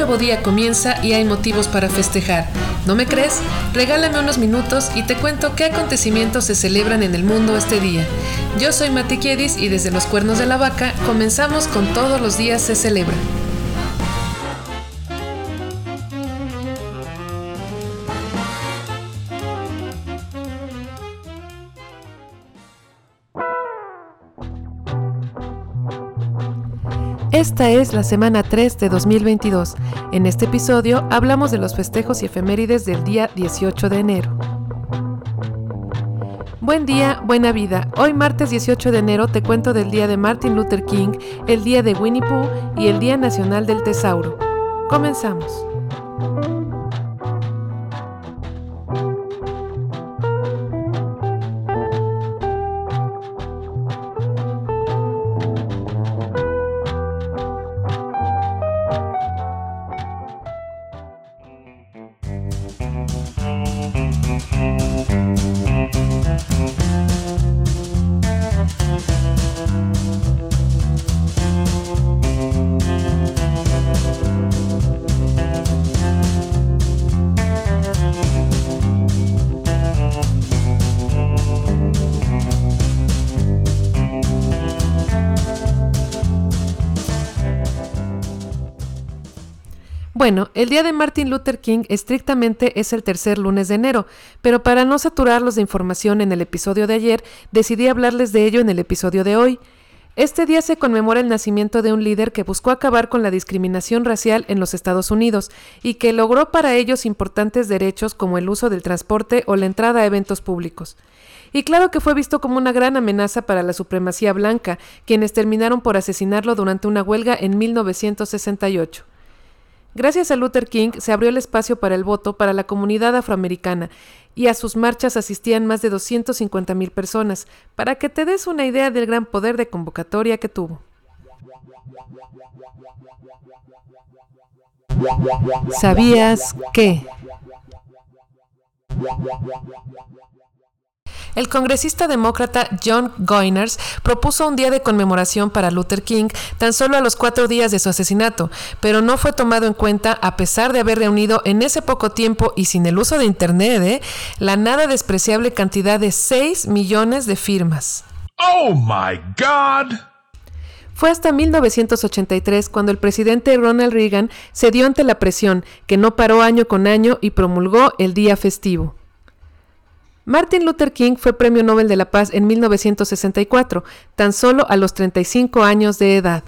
nuevo día comienza y hay motivos para festejar. ¿No me crees? Regálame unos minutos y te cuento qué acontecimientos se celebran en el mundo este día. Yo soy Mati Kiedis y desde los Cuernos de la Vaca comenzamos con Todos los días se celebra. Esta es la semana 3 de 2022. En este episodio hablamos de los festejos y efemérides del día 18 de enero. Buen día, buena vida. Hoy martes 18 de enero te cuento del día de Martin Luther King, el día de Winnie Pooh y el Día Nacional del Tesauro. Comenzamos. Bueno, el día de Martin Luther King estrictamente es el tercer lunes de enero, pero para no saturarlos de información en el episodio de ayer, decidí hablarles de ello en el episodio de hoy. Este día se conmemora el nacimiento de un líder que buscó acabar con la discriminación racial en los Estados Unidos y que logró para ellos importantes derechos como el uso del transporte o la entrada a eventos públicos. Y claro que fue visto como una gran amenaza para la supremacía blanca, quienes terminaron por asesinarlo durante una huelga en 1968. Gracias a Luther King se abrió el espacio para el voto para la comunidad afroamericana y a sus marchas asistían más de 250,000 personas, para que te des una idea del gran poder de convocatoria que tuvo. ¿Sabías qué? El congresista demócrata John Goyners propuso un día de conmemoración para Luther King tan solo a los 4 días de su asesinato, pero no fue tomado en cuenta a pesar de haber reunido en ese poco tiempo y sin el uso de internet, la nada despreciable cantidad de 6 millones de firmas. ¡Oh, my God! Fue hasta 1983 cuando el presidente Ronald Reagan cedió ante la presión, que no paró año con año y promulgó el día festivo. Martin Luther King fue Premio Nobel de la Paz en 1964, tan solo a los 35 años de edad.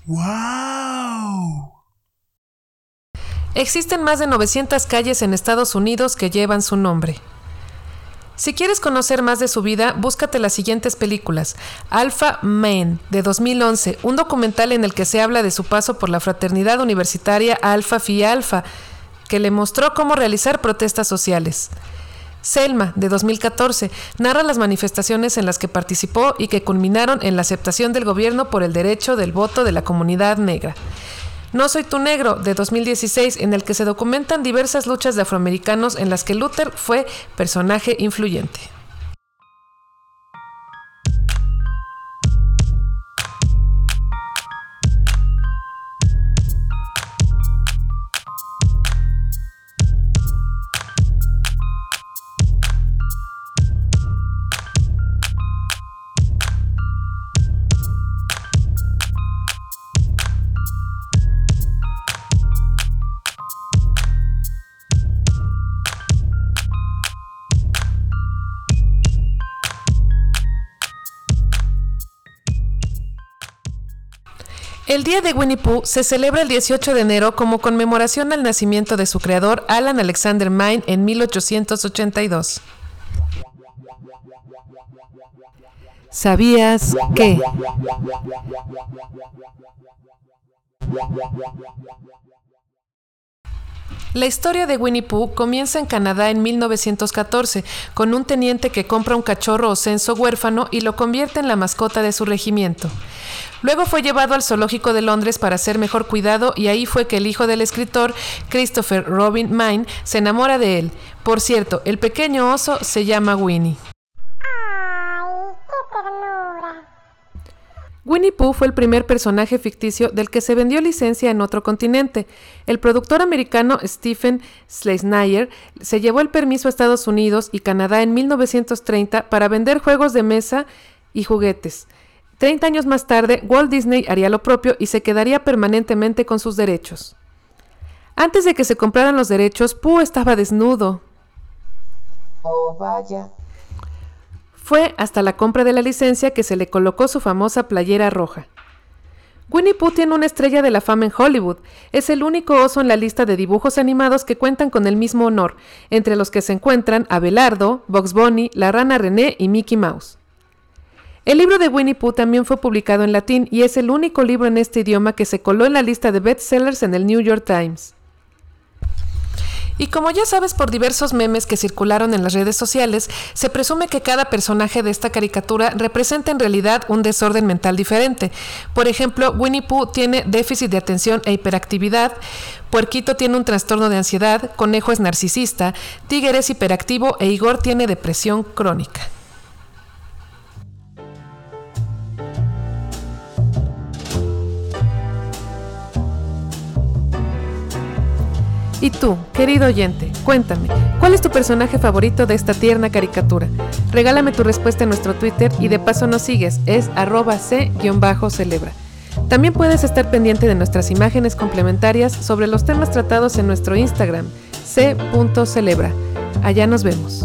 ¡Wow! Existen más de 900 calles en Estados Unidos que llevan su nombre. Si quieres conocer más de su vida, búscate las siguientes películas. Alpha Man, de 2011, un documental en el que se habla de su paso por la fraternidad universitaria Alpha Phi Alpha, que le mostró cómo realizar protestas sociales. Selma, de 2014, narra las manifestaciones en las que participó y que culminaron en la aceptación del gobierno por el derecho del voto de la comunidad negra. No soy tu negro, de 2016, en el que se documentan diversas luchas de afroamericanos en las que Luther fue personaje influyente. El día de Winnie Pooh se celebra el 18 de enero como conmemoración al nacimiento de su creador Alan Alexander Mayne en 1882. ¿Sabías qué? La historia de Winnie Pooh comienza en Canadá en 1914, con un teniente que compra un cachorro o censo huérfano y lo convierte en la mascota de su regimiento. Luego fue llevado al zoológico de Londres para ser mejor cuidado y ahí fue que el hijo del escritor, Christopher Robin Mayne, se enamora de él. Por cierto, el pequeño oso se llama Winnie. ¡Ay, qué ternura! Winnie Pooh fue el primer personaje ficticio del que se vendió licencia en otro continente. El productor americano Stephen Schlesinger se llevó el permiso a Estados Unidos y Canadá en 1930 para vender juegos de mesa y juguetes. 30 años más tarde, Walt Disney haría lo propio y se quedaría permanentemente con sus derechos. Antes de que se compraran los derechos, Pooh estaba desnudo. Oh, vaya. Fue hasta la compra de la licencia que se le colocó su famosa playera roja. Winnie Pooh tiene una estrella de la fama en Hollywood. Es el único oso en la lista de dibujos animados que cuentan con el mismo honor, entre los que se encuentran Abelardo, Bugs Bunny, la rana René y Mickey Mouse. El libro de Winnie Pooh también fue publicado en latín y es el único libro en este idioma que se coló en la lista de bestsellers en el New York Times. Y como ya sabes por diversos memes que circularon en las redes sociales, se presume que cada personaje de esta caricatura representa en realidad un desorden mental diferente. Por ejemplo, Winnie Pooh tiene déficit de atención e hiperactividad, Puerquito tiene un trastorno de ansiedad, Conejo es narcisista, Tigre es hiperactivo e Igor tiene depresión crónica. Y tú, querido oyente, cuéntame, ¿cuál es tu personaje favorito de esta tierna caricatura? Regálame tu respuesta en nuestro Twitter y de paso nos sigues, es @c_celebra. También puedes estar pendiente de nuestras imágenes complementarias sobre los temas tratados en nuestro Instagram, c.celebra. Allá nos vemos.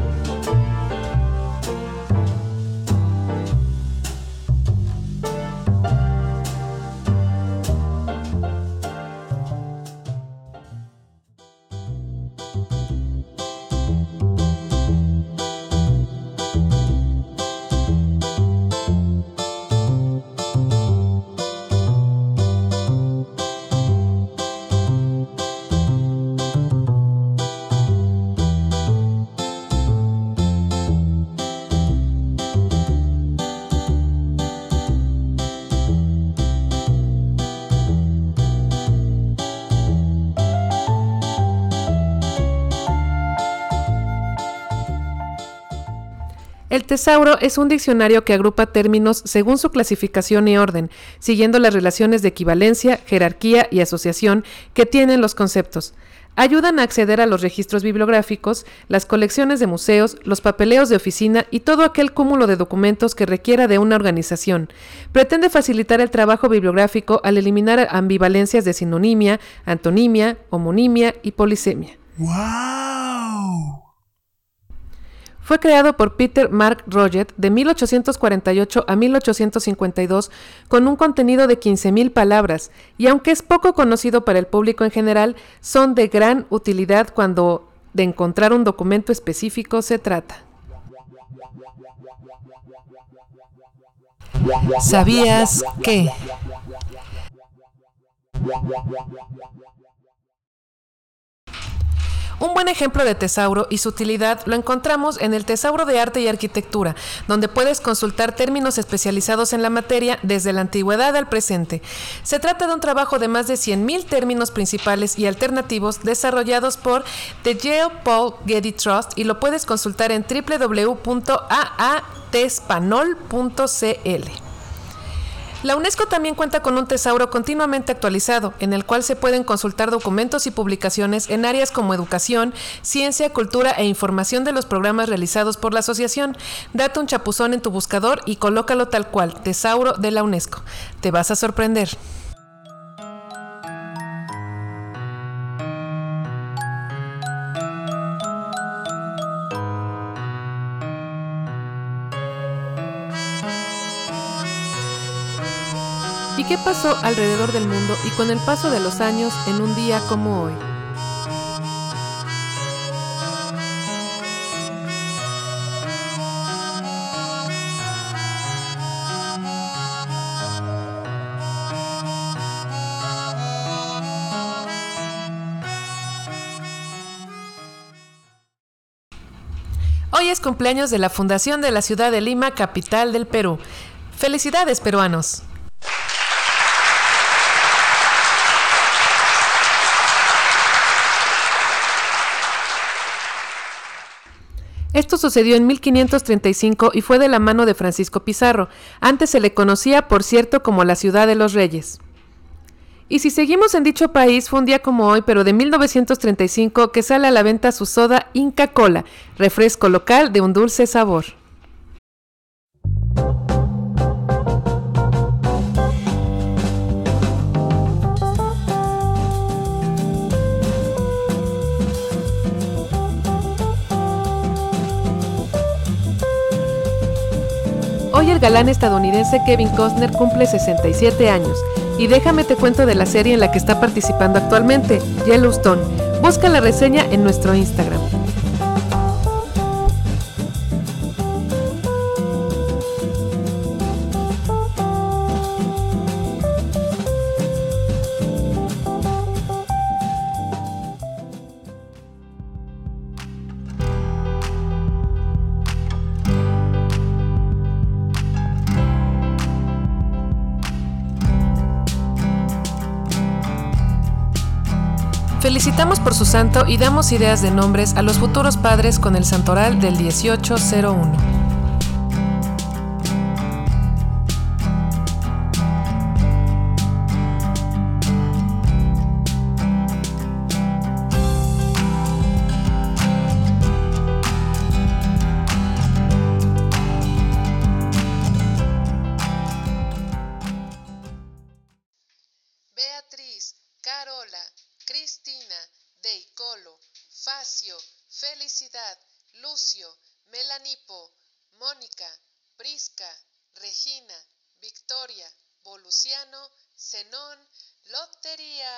El tesauro es un diccionario que agrupa términos según su clasificación y orden, siguiendo las relaciones de equivalencia, jerarquía y asociación que tienen los conceptos. Ayudan a acceder a los registros bibliográficos, las colecciones de museos, los papeleos de oficina y todo aquel cúmulo de documentos que requiera de una organización. Pretende facilitar el trabajo bibliográfico al eliminar ambivalencias de sinonimia, antonimia, homonimia y polisemia. Wow. Fue creado por Peter Mark Roget de 1848 a 1852 con un contenido de 15,000 palabras y aunque es poco conocido para el público en general, son de gran utilidad cuando de encontrar un documento específico se trata. ¿Sabías qué? Un buen ejemplo de tesauro y su utilidad lo encontramos en el Tesauro de Arte y Arquitectura, donde puedes consultar términos especializados en la materia desde la antigüedad al presente. Se trata de un trabajo de más de 100,000 términos principales y alternativos desarrollados por The Yale Paul Getty Trust y lo puedes consultar en www.aatespanol.cl. La UNESCO también cuenta con un tesauro continuamente actualizado, en el cual se pueden consultar documentos y publicaciones en áreas como educación, ciencia, cultura e información de los programas realizados por la asociación. Date un chapuzón en tu buscador y colócalo tal cual, Tesauro de la UNESCO. Te vas a sorprender. ¿Y qué pasó alrededor del mundo y con el paso de los años en un día como hoy? Hoy es cumpleaños de la Fundación de la Ciudad de Lima, capital del Perú. ¡Felicidades, peruanos! Esto sucedió en 1535 y fue de la mano de Francisco Pizarro. Antes se le conocía, por cierto, como la Ciudad de los Reyes. Y si seguimos en dicho país, fue un día como hoy, pero de 1935, que sale a la venta su soda Inca Kola, refresco local de un dulce sabor. Hoy el galán estadounidense Kevin Costner cumple 67 años. Y déjame te cuento de la serie en la que está participando actualmente, Yellowstone. Busca la reseña en nuestro Instagram. Felicitamos por su santo y damos ideas de nombres a los futuros padres con el santoral del 1801. Beatriz, Carola, Cristina, Deicolo, Facio, Felicidad, Lucio, Melanipo, Mónica, Prisca, Regina, Victoria, Voluciano, Zenón, Lotería.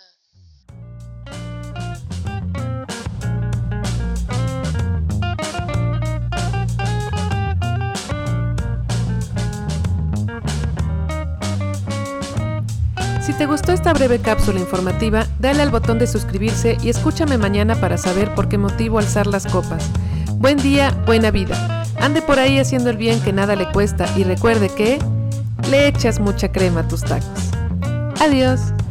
Si te gustó esta breve cápsula informativa, dale al botón de suscribirse y escúchame mañana para saber por qué motivo alzar las copas. Buen día, buena vida. Ande por ahí haciendo el bien que nada le cuesta y recuerde que le echas mucha crema a tus tacos. Adiós.